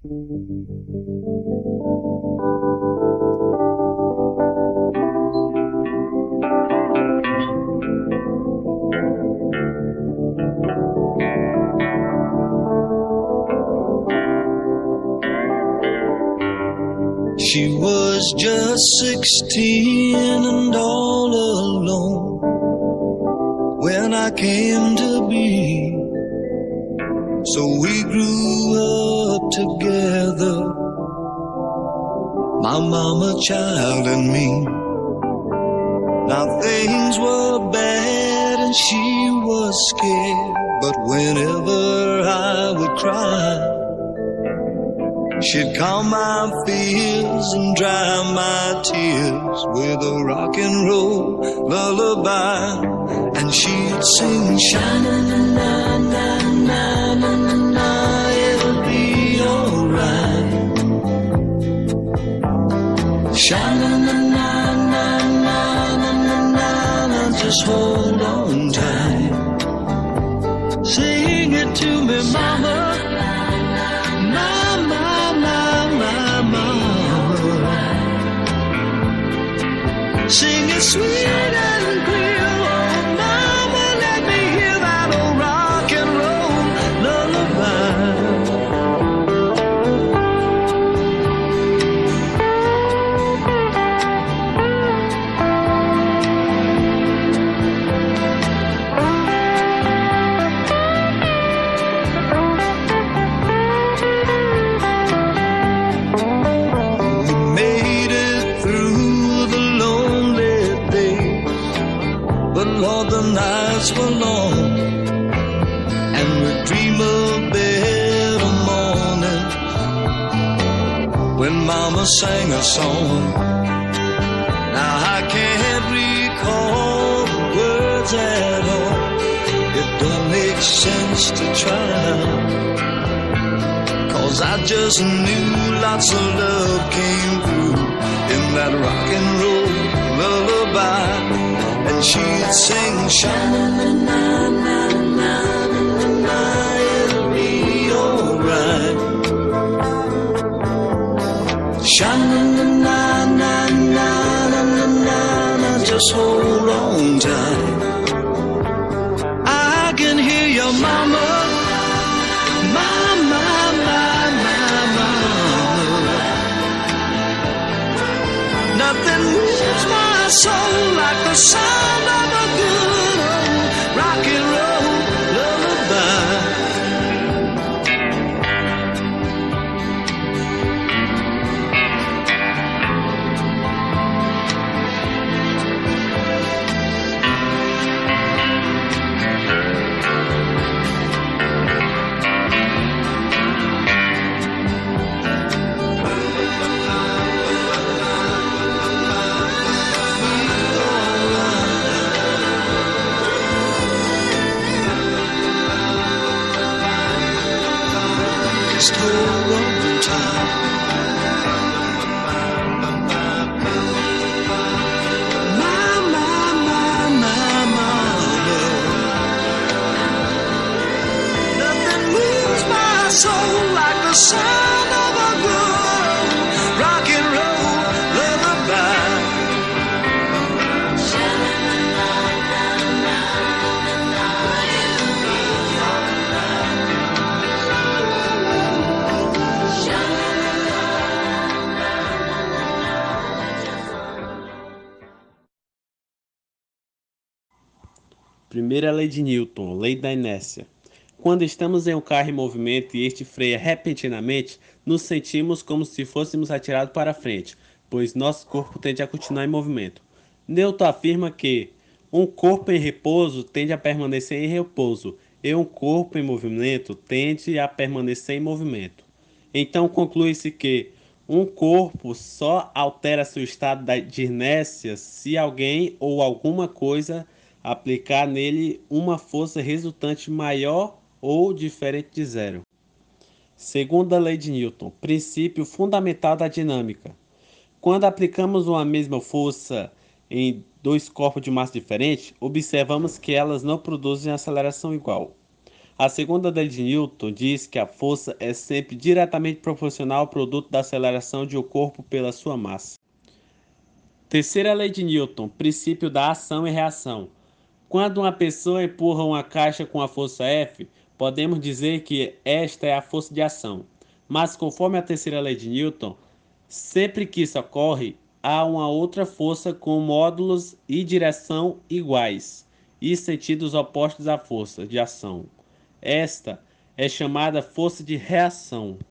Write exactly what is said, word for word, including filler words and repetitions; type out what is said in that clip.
She was just sixteen and all alone when I came to be. So we grew up together, my mama, child, and me. Now things were bad and she was scared, but whenever I would cry, she'd calm my fears and dry my tears with a rock and roll lullaby. And she'd sing, sha-na-na-na-na-na-na-na, it'll be alright. Sha-na-na-na-na-na-na-na, just hold on tight. Sing it to me, mama. Sing it sweet and clear, oh mama, let me hear that old rock and roll lullaby. We made it through the but Lord, the nights were long, and we'd dream of better mornings when Mama sang a song. Now I can't recall the words at all. It don't make sense to try, 'cause I just knew lots of love came through in that rock and roll lullaby. And she'd sing, sha-na-na-na-na-na-na, it'll be alright. Sha-na-na-na-na-na-na-na, just hold on tight. I can hear your mama, mama, mama, mama. Nothing moves my soul like the sound of a good old rock and roll lullaby. Just hold on tight. My, my, my, my, my love. Nothing moves my soul like the sound of a good rock and roll lullaby. Primeira lei de Newton, lei da inércia. Quando estamos em um carro em movimento e este freia repentinamente, nos sentimos como se fôssemos atirados para frente, pois nosso corpo tende a continuar em movimento. Newton afirma que um corpo em repouso tende a permanecer em repouso e um corpo em movimento tende a permanecer em movimento. Então conclui-se que um corpo só altera seu estado de inércia se alguém ou alguma coisa aplicar nele uma força resultante maior ou diferente de zero. Segunda lei de Newton, princípio fundamental da dinâmica. Quando aplicamos uma mesma força em dois corpos de massa diferente, observamos que elas não produzem aceleração igual. A segunda lei de Newton diz que a força é sempre diretamente proporcional ao produto da aceleração de um corpo pela sua massa. Terceira lei de Newton, princípio da ação e reação. Quando uma pessoa empurra uma caixa com a força F, podemos dizer que esta é a força de ação. Mas conforme a terceira lei de Newton, sempre que isso ocorre, há uma outra força com módulos e direção iguais e sentidos opostos à força de ação. Esta é chamada força de reação.